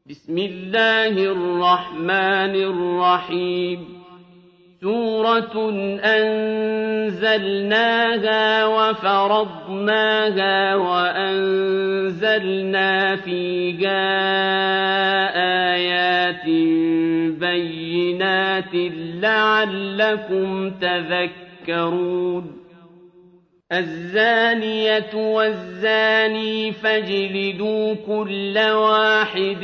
بسم الله الرحمن الرحيم سورة أنزلناها وفرضناها وأنزلنا فيها آيات بينات لعلكم تذكرون الزانية والزاني فاجلدوا كل واحد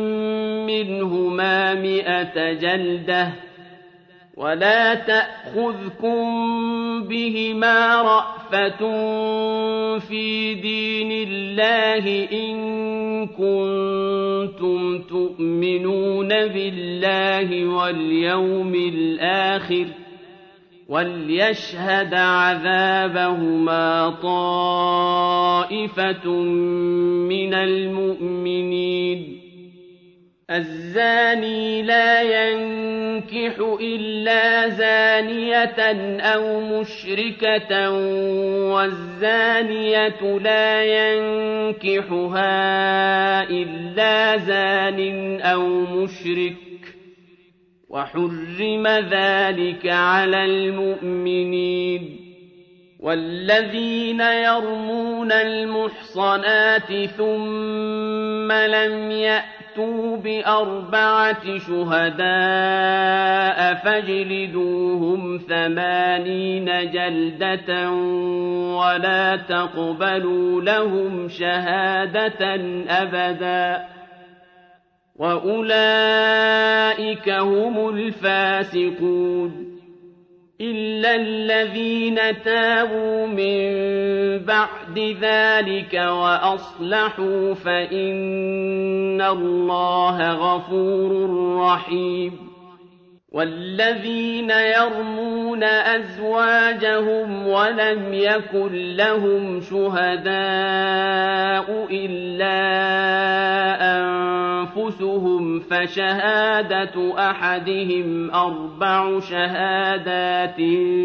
منهما 100 جلدة ولا تأخذكم بهما رأفة في دين الله إن كنتم تؤمنون بالله واليوم الآخر وليشهد عذابهما طائفة من المؤمنين الزاني لا ينكح إلا زانية أو مشركة والزانية لا ينكحها إلا زان أو مشرك وحرم ذلك على المؤمنين والذين يرمون المحصنات ثم لم يأتوا ب4 شهداء فاجلدوهم 80 جلدة ولا تقبلوا لهم شهادة أبدا وأولئك هم الفاسقون إلا الذين تابوا من بعد ذلك وأصلحوا فإن الله غفور رحيم والذين يرمون أزواجهم ولم يكن لهم شهداء إلا أنفسهم فشهادة أحدهم 4 شهادات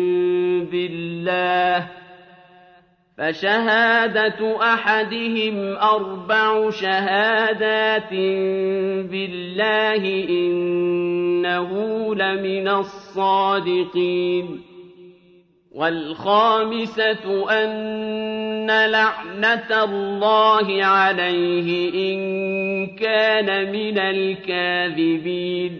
بالله إنه لمن الصادقين والخامسة أن لعنة الله عليه إن كان من الكاذبين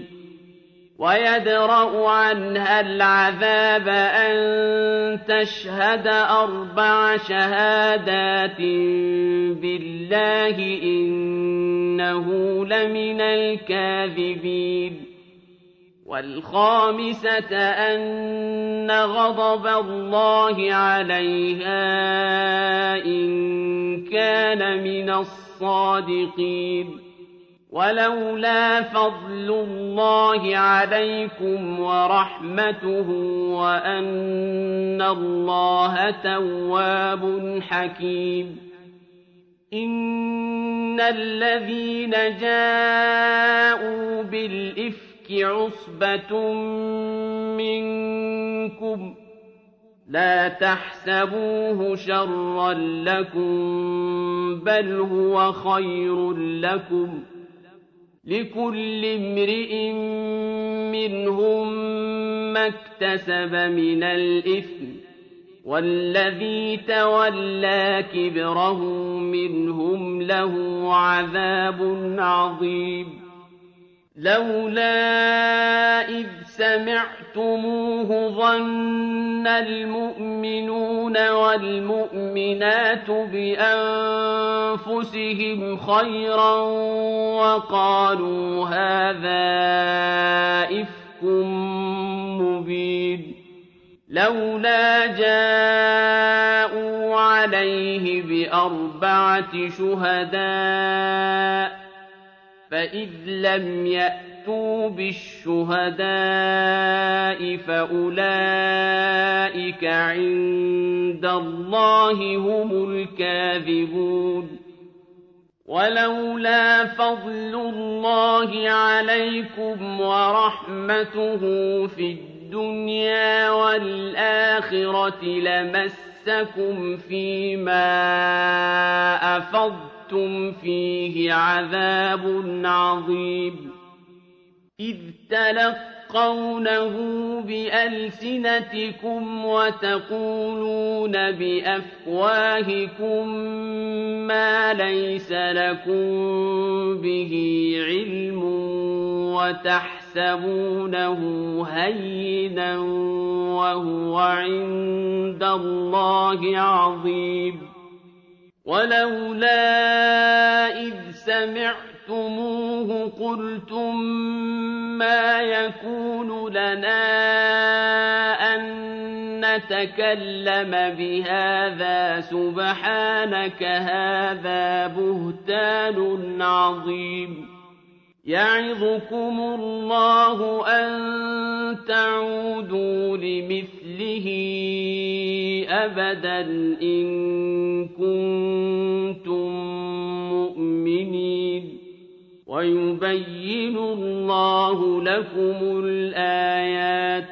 ويدرأ عنها العذاب أن تشهد 4 شهادات بالله إنه لمن الكاذبين والخامسة أن غضب الله عليها إن كان من الصادقين ولولا فضل الله عليكم ورحمته وأن الله تواب حكيم إن الذين جاءوا بالإفك عصبة منكم لا تحسبوه شرا لكم بل هو خير لكم لكل امرئ منهم ما اكتسب من الإثم والذي تولى كبره منهم له عذاب عظيم لولا إذ سمعتموه ظن المؤمنون والمؤمنات بأنفسهم خيرا وقالوا هذا إفك مبين لولا جاءوا عليه ب4 شهداء فإذ لم يأتوا بالشهداء فأولئك عند الله هم الكاذبون ولولا فضل الله عليكم ورحمته في الدنيا والآخرة لمسكم فيما أفضتم وأنتم فيه عذاب عظيم إذ تلقونه بألسنتكم وتقولون بأفواهكم ما ليس لكم به علم وتحسبونه هينا وهو عند الله عظيم ولولا إذ سمعتموه قلتم ما يكون لنا أن نتكلم بهذا سبحانك هذا بهتان عظيم يعظكم الله أن تعودوا لمثله أبدا إن كنتم مؤمنين ويبين الله لكم الآيات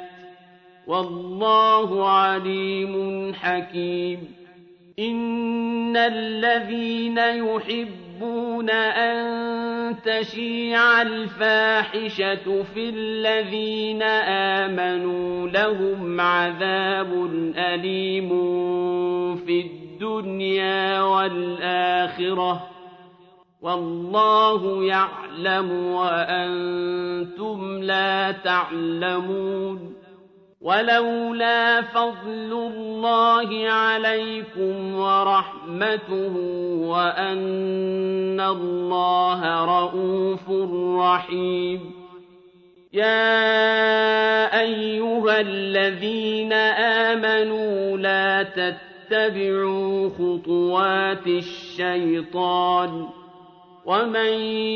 والله عليم حكيم إن الذين يحبون أن تشيع الفاحشة في الذين آمنوا لهم عذاب أليم في الدنيا والآخرة والله يعلم وأنتم لا تعلمون ولولا فضل الله عليكم ورحمته وأن الله رءوف رحيم يا أيها الذين آمنوا لا تتبعوا خطوات الشيطان ومن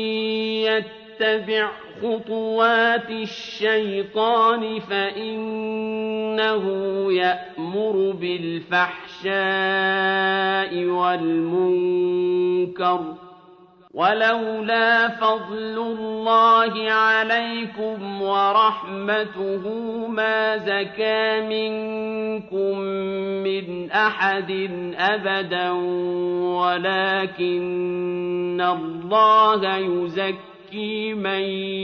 يتبع خطوات الشيطان فإنه يأمر بالفحشاء والمنكر ولولا فضل الله عليكم ورحمته ما زكى منكم من أحد أبدا ولكن الله يزكي من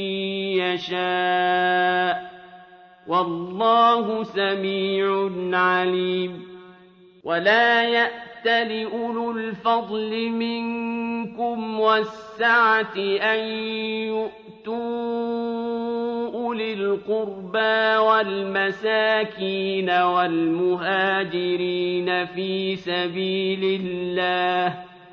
يشاء والله سميع عليم ولا يأتل أولو الفضل منكم والسعة أن يؤتوا أولي القربى والمساكين والمهاجرين في سبيل الله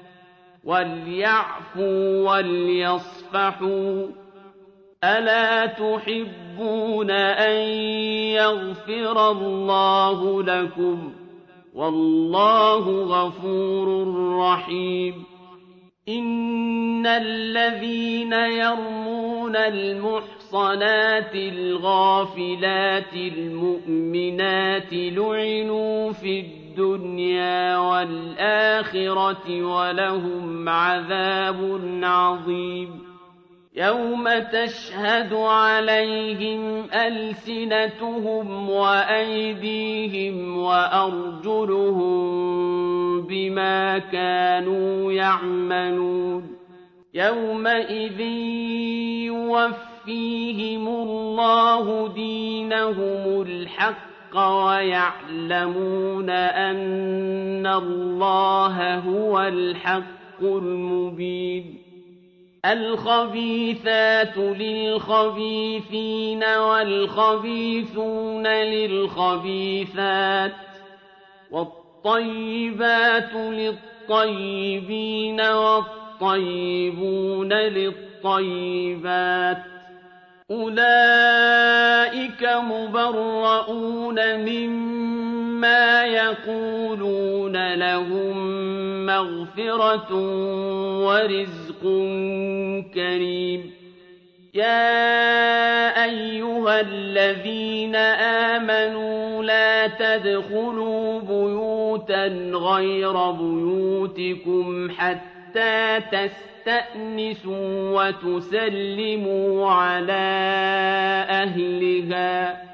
وليعفوا وليصفحوا ألا تحبون أن يغفر الله لكم والله غفور رحيم إن الذين يرمون المحصنات الغافلات المؤمنات لعنوا في الدنيا والآخرة ولهم عذاب عظيم يوم تشهد عليهم ألسنتهم وأيديهم وأرجلهم بما كانوا يعملون يومئذ يوفيهم الله دينهم الحق ويعلمون أن الله هو الحق المبين الخبيثات للخبيثين والخبيثون للخبيثات والطيبات للطيبين والطيبون للطيبات أولئك مبرؤون مما يقولون لهم مغفرة ورزق كريم يا أيها الذين آمنوا لا تدخلوا بيوتا غير بيوتكم حتى تستأنسوا وتسلموا على أهلها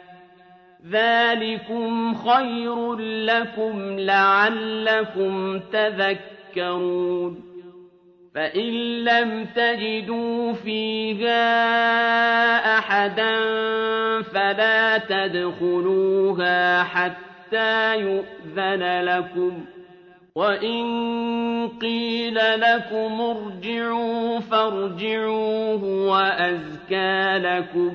ذلكم خير لكم لعلكم تذكرون فإن لم تجدوا فيها أحدا فلا تدخلوها حتى يؤذن لكم، وإن قيل لكم ارجعوا فارجعوا هو أزكى لكم،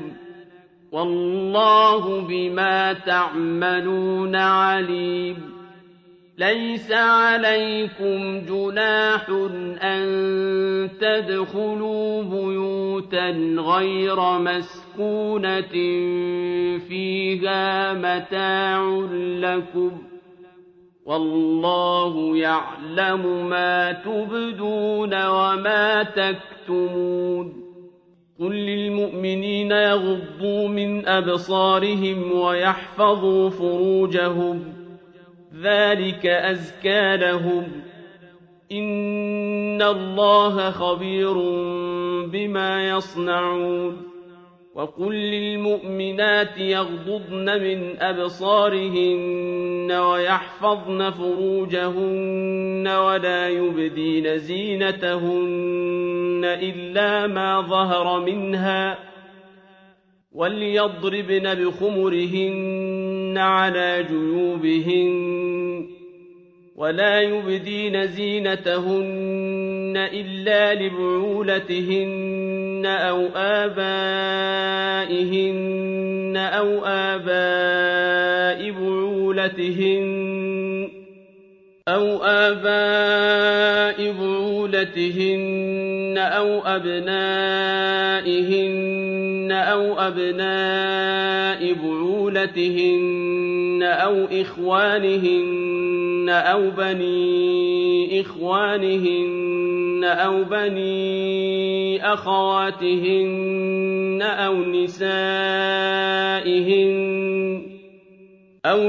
والله بما تعملون عليم. ليس عليكم جناح أن تدخلوا بيوتا غير مسكونة فيها متاع لكم، والله يعلم ما تبدون وما تكتمون. قل للمؤمنين يغضوا من أبصارهم ويحفظوا فروجهم، ذلك أزكى لهم، إن الله خبير بما يصنعون. وقل للمؤمنات يغضضن من أبصارهن ويحفظن فروجهن ولا يبدين زينتهن إلا ما ظهر منها، وليضربن بخمرهن على جيوبهن، ولا يبدين زينتهن إلا لبعولتهن أو آبائهن أو آباء بعولتهن أو أبنائهن أو أبناء بعولتهن أو إخوانهن أو بني إخوانهن أو بني أخواتهن أو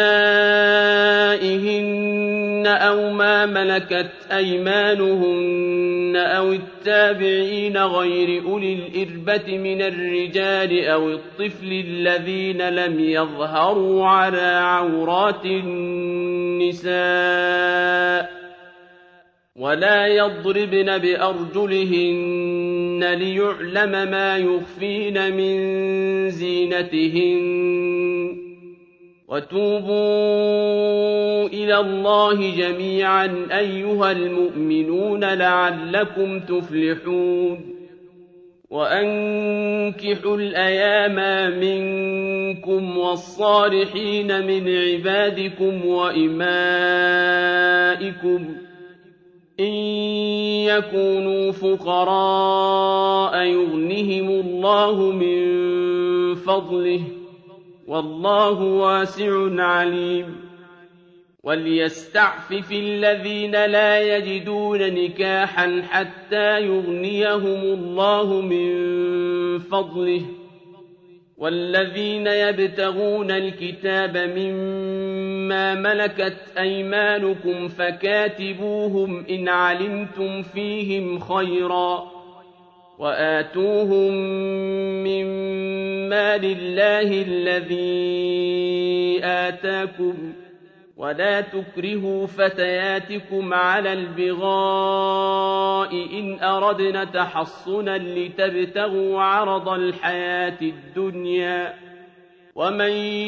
نسائهن أو ما ملكت أيمانهن أو التابعين غير أولي الإربة من الرجال أو الطفل الذين لم يظهروا على عورات النساء، ولا يضربن بأرجلهن ليعلم ما يخفين من زينتهن. وتوبوا إلى الله جميعا أيها المؤمنون لعلكم تفلحون. وأنكحوا الأيام منكم والصالحين من عبادكم وإمائكم إن يكونوا فقراء يغنهم الله من فضله، والله واسع عليم. وليستعفف الذين لا يجدون نكاحا حتى يغنيهم الله من فضله، والذين يبتغون الكتاب مما ملكت أيمانكم فكاتبوهم إن علمتم فيهم خيرا، وآتوهم من مال الله الذي آتاكم، ولا تكرهوا فتياتكم على البغاء إن أردنا تحصنا لتبتغوا عرض الحياة الدنيا، ومن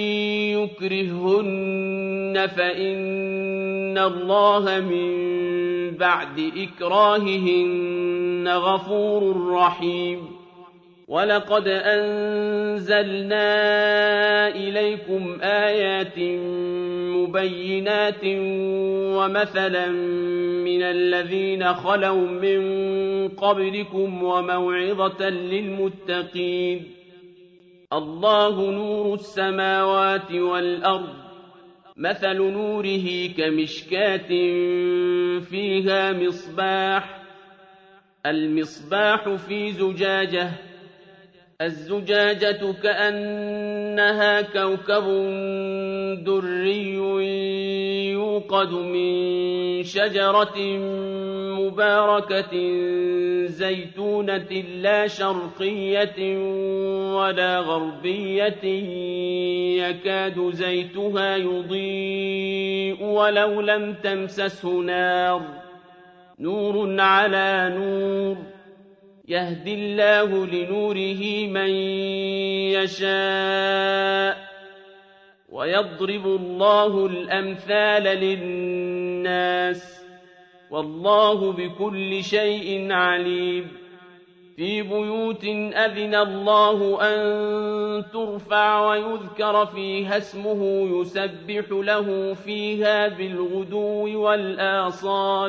يكرههن فإن الله من بعد إكراههن غفور رحيم. ولقد أنزلنا إليكم آيات مبينات ومثلا من الذين خلوا من قبلكم وموعظة للمتقين. الله نور السماوات والأرض، مثل نوره كمشكاة فيها مصباح، المصباح في زجاجة، الزجاجة كأنها كوكب دري يوقد من شجرة مباركة زيتونة لا شرقية ولا غربية يكاد زيتها يضيء ولو لم تمسسه نار، نور على نور يهدي الله لنوره من يشاء ويضرب الله الأمثال للناس والله بكل شيء عليم في بيوت أذن الله أن ترفع ويذكر فيها اسمه يسبح له فيها بالغدو والآصال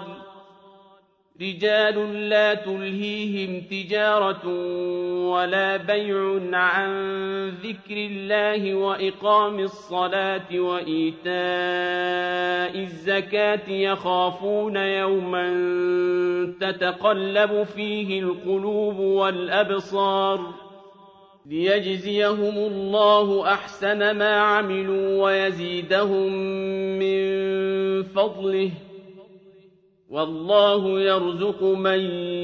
رجال لا تلهيهم تجارة ولا بيع عن ذكر الله وإقام الصلاة وإيتاء الزكاة يخافون يوما تتقلب فيه القلوب والأبصار ليجزيهم الله أحسن ما عملوا ويزيدهم من فضله والله يرزق من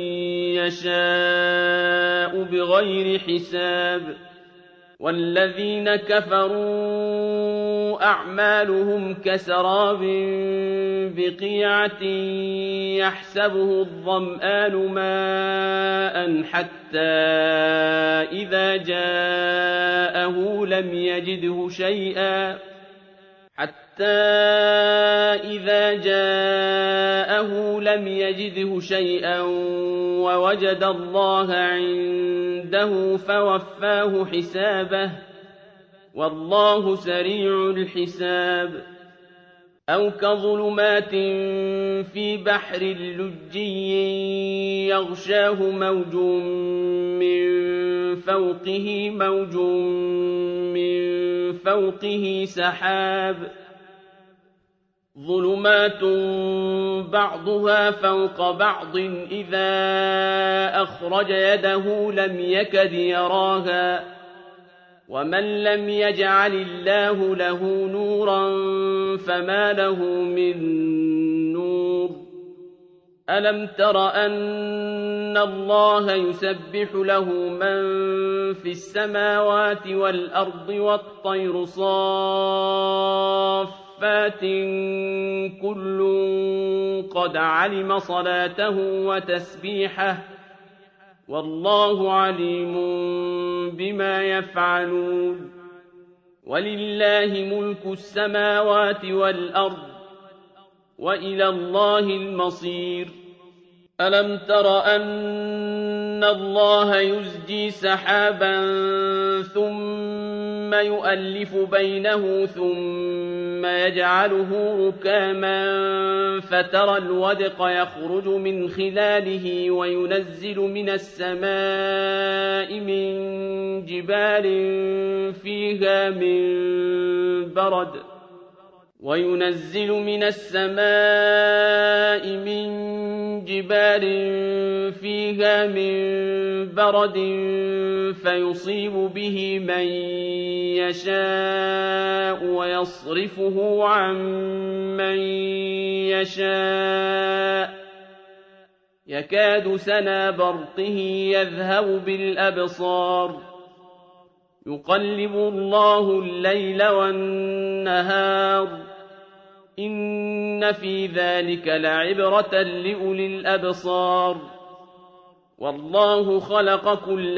يشاء بغير حساب والذين كفروا أعمالهم كسراب بقيعة يحسبه الظمآن ماء حتى إذا جاءه لم يجده شيئا ووجد الله عنده فوفاه حسابه والله سريع الحساب أو كظلمات في بحر لجي يغشاه موج من فوقه سحاب ظلمات بعضها فوق بعض إذا أخرج يده لم يكد يراها ومن لم يجعل الله له نورا فما له من نور ألم تر أن الله يسبح له من في السماوات والأرض والطير صافات كل قد علم صلاته وتسبيحه والله عليم بما يفعلون ولله ملك السماوات والأرض وإلى الله المصير ألم تر أن الله يزجي سحابا ثم يؤلف بينه ثم يجعله ركاما فترى الودق يخرج من خلاله وينزل من السماء من جبال فيها من برد فيصيب به من يشاء ويصرفه عن من يشاء يكاد سنا برقه يذهب بالأبصار يقلب الله الليل والنهار إن في ذلك لعبرة لأولي الأبصار والله خلق كل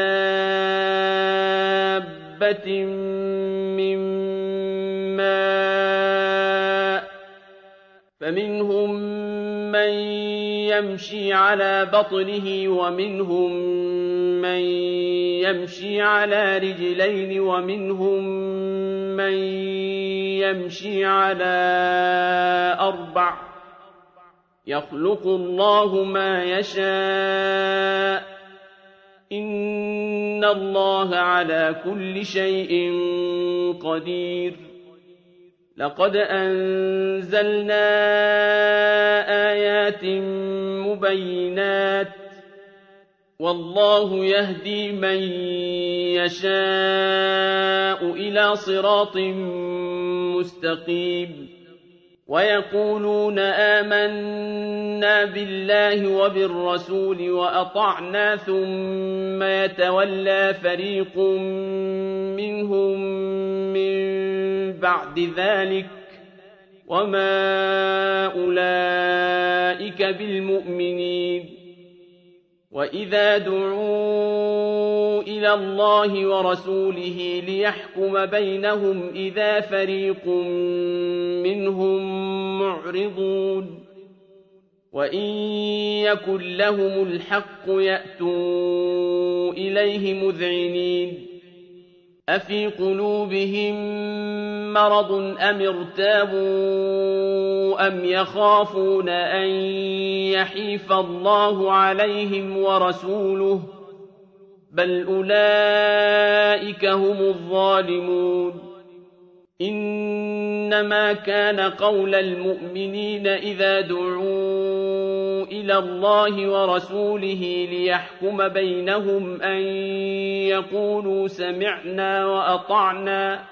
دابة من ماء فمنهم من يمشي على بطنه ومنهم من يمشي على رجلين ومنهم من يمشي على أربع يخلق الله ما يشاء إن الله على كل شيء قدير لقد أنزلنا آيات مبينات والله يهدي من يشاء إلى صراط مستقيم ويقولون آمنا بالله وبالرسول وأطعنا ثم يتولى فريق منهم من بعد ذلك وما أولئك بالمؤمنين وإذا دعوا إلى الله ورسوله ليحكم بينهم إذا فريق منهم معرضون وإن يكن لهم الحق يأتوا إليه مذعنين أفي قلوبهم مرض أم ارتابوا أم يخافون أن يحيف الله عليهم ورسوله بل أولئك هم الظالمون إنما كان قول المؤمنين إذا دعوا إلى الله ورسوله ليحكم بينهم أن يقولوا سمعنا وأطعنا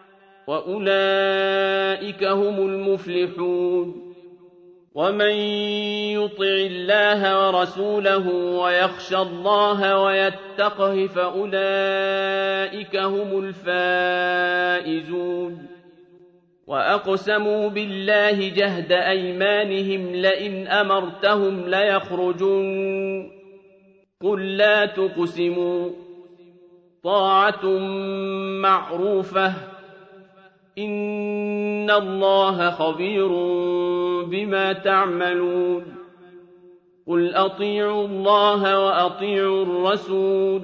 وأولئك هم المفلحون ومن يطع الله ورسوله ويخشى الله ويتقه فأولئك هم الفائزون وأقسموا بالله جهد أيمانهم لئن أمرتهم ليخرجن قل لا تقسموا طاعة معروفة إن الله خبير بما تعملون قل أطيعوا الله وأطيعوا الرسول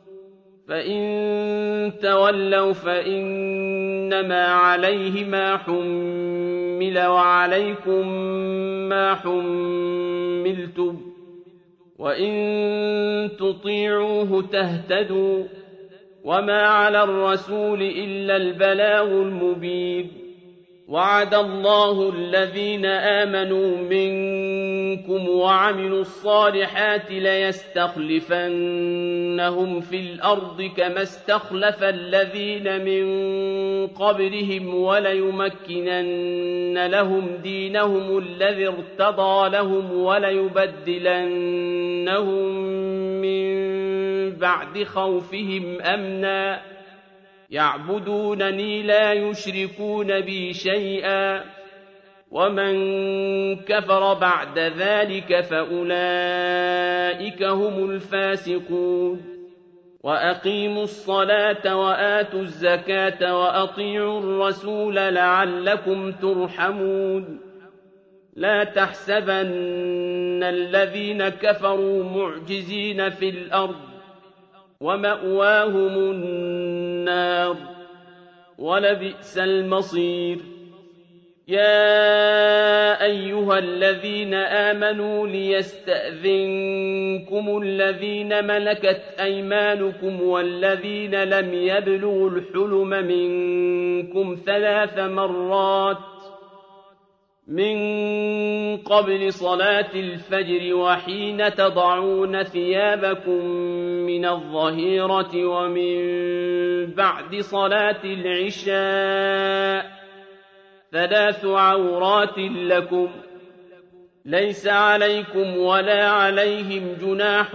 فإن تولوا فإنما عليه ما حمل وعليكم ما حملتم وإن تطيعوه تهتدوا وما على الرسول إلا البلاغ المبين وعد الله الذين آمنوا منكم وعملوا الصالحات ليستخلفنهم في الأرض كما استخلف الذين من قبلهم وليمكنن لهم دينهم الذي ارتضى لهم وليبدلنهم من بعد خوفهم أمنا يعبدونني لا يشركون بي شيئا ومن كفر بعد ذلك فأولئك هم الفاسقون وأقيموا الصلاة وآتوا الزكاة وأطيعوا الرسول لعلكم ترحمون لا تحسبن الذين كفروا معجزين في الأرض ومأواهم النار ولبئس المصير يا أيها الذين آمنوا ليستأذنكم الذين ملكت أيمانكم والذين لم يبلغوا الحلم منكم 3 مرات من قبل صلاة الفجر وحين تضعون ثيابكم من الظهيرة ومن بعد صلاة العشاء 3 عورات لكم ليس عليكم ولا عليهم جناح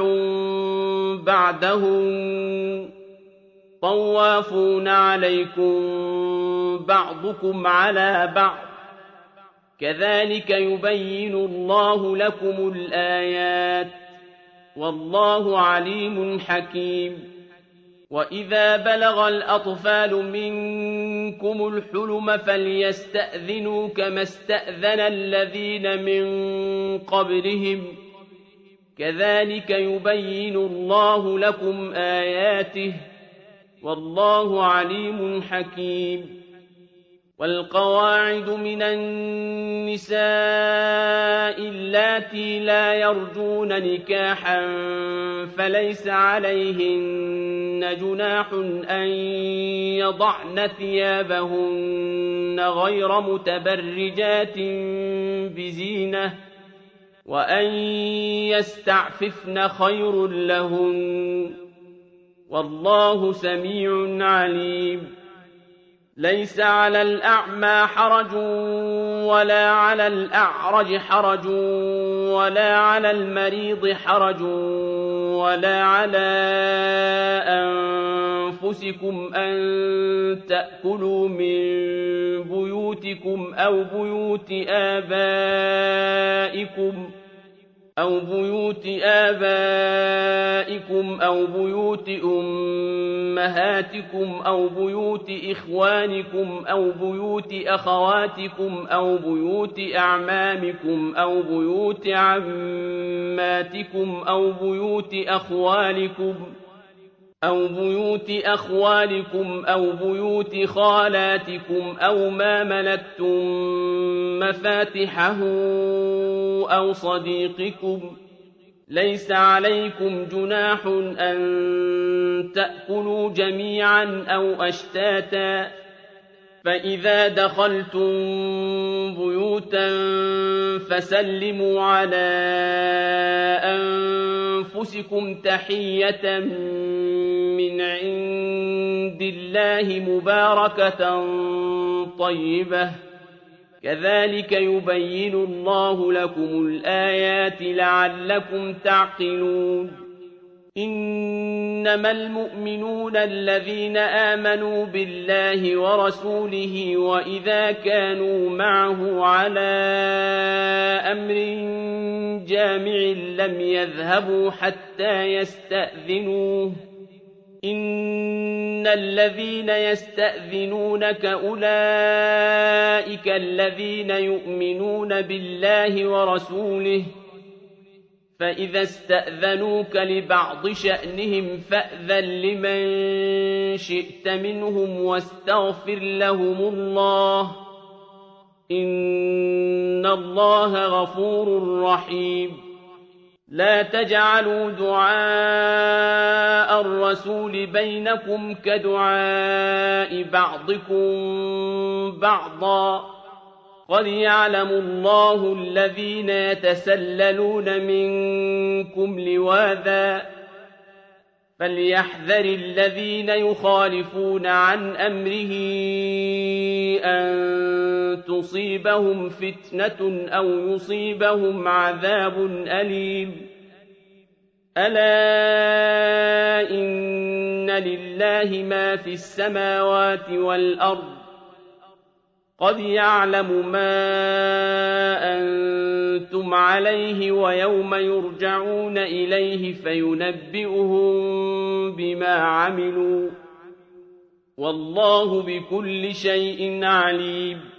بعدهم طوافون عليكم بعضكم على بعض كذلك يبين الله لكم الآيات والله عليم حكيم وإذا بلغ الأطفال منكم الحلم فليستأذنوا كما استأذن الذين من قبلهم كذلك يبين الله لكم آياته والله عليم حكيم والقواعد من النساء اللاتي لا يرجون نكاحا فليس عليهن جناح أن يضعن ثيابهن غير متبرجات بزينة وأن يستعففن خير لهن والله سميع عليم ليس على الأعمى حرج ولا على الأعرج حرج ولا على المريض حرج ولا على أنفسكم أن تأكلوا من بيوتكم أو بيوت آبائكم أو بيوت أمهاتكم أو بيوت إخوانكم أو بيوت أخواتكم أو بيوت أعمامكم أو بيوت عماتكم أو بيوت أخوالكم أو بيوت خالاتكم أو ما ملكتم مفاتحه أو صديقكم ليس عليكم جناح أن تأكلوا جميعا أو أشتاتا فإذا دخلتم بيوتا فسلموا على أنفسكم تحية من عند الله مباركة طيبة كذلك يبين الله لكم الآيات لعلكم تعقلون إنما المؤمنون الذين آمنوا بالله ورسوله وإذا كانوا معه على أمر جامع لم يذهبوا حتى يستأذنوه إن الذين يستأذنونك أولئك الذين يؤمنون بالله ورسوله فإذا استأذنوك لبعض شأنهم فأذن لمن شئت منهم واستغفر لهم الله إن الله غفور رحيم لا تجعلوا دعاء الرسول بينكم كدعاء بعضكم بعضا قد يعلم الله الذين يتسللون منكم لواذا فليحذر الذين يخالفون عن أمره أن تصيبهم فتنة أو يصيبهم عذاب أليم ألا إن لله ما في السماوات والأرض قد يعلم ما أنتم عليه ويوم يرجعون إليه فينبئهم بما عملوا والله بكل شيء عليم